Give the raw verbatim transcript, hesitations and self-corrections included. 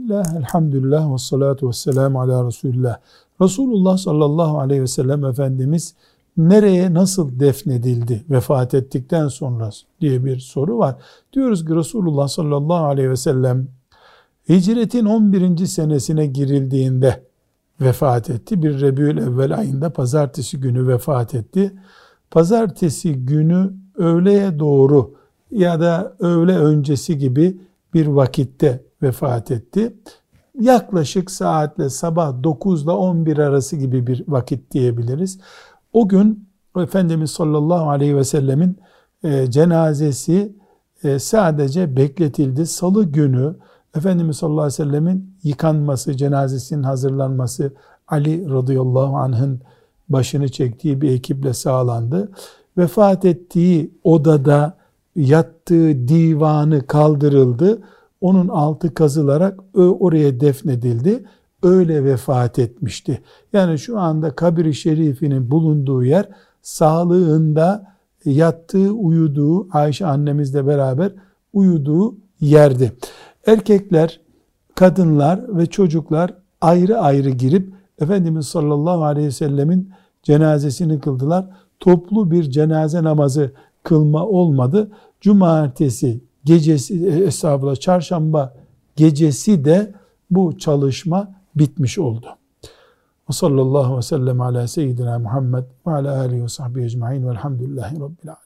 Bismillah, elhamdülillah ve salatu ve selamu ala Resulullah. Resulullah sallallahu aleyhi ve sellem Efendimiz nereye nasıl defnedildi vefat ettikten sonra diye bir soru var. Diyoruz ki Resulullah sallallahu aleyhi ve sellem hicretin on birinci senesine girildiğinde vefat etti. Bir Rebiyülevvel ayında pazartesi günü vefat etti. Pazartesi günü öğleye doğru ya da öğle öncesi gibi bir vakitte vefat etti. Yaklaşık saatle sabah dokuz ile on bir arası gibi bir vakit diyebiliriz. O gün Efendimiz sallallahu aleyhi ve sellemin e, cenazesi e, sadece bekletildi. Salı günü Efendimiz sallallahu aleyhi ve sellemin yıkanması, cenazesinin hazırlanması Ali radıyallahu anh'ın başını çektiği bir ekiple sağlandı. Vefat ettiği odada yattığı divanı kaldırıldı. Onun altı kazılarak oraya defnedildi. Öyle vefat etmişti. Yani şu anda kabri şerifinin bulunduğu yer sağlığında yattığı, uyuduğu, Ayşe annemizle beraber uyuduğu yerdi. Erkekler, kadınlar ve çocuklar ayrı ayrı girip Efendimiz sallallahu aleyhi ve sellemin cenazesini kıldılar. Toplu bir cenaze namazı kılma olmadı. Cumartesi gecesi, estağfurullah, çarşamba gecesi de bu çalışma bitmiş oldu. Ve sallallahu aleyhi ve sellem ala seyyidina Muhammed ve ala alihi ve sahbihi ecma'in velhamdülillahi rabbil alemin.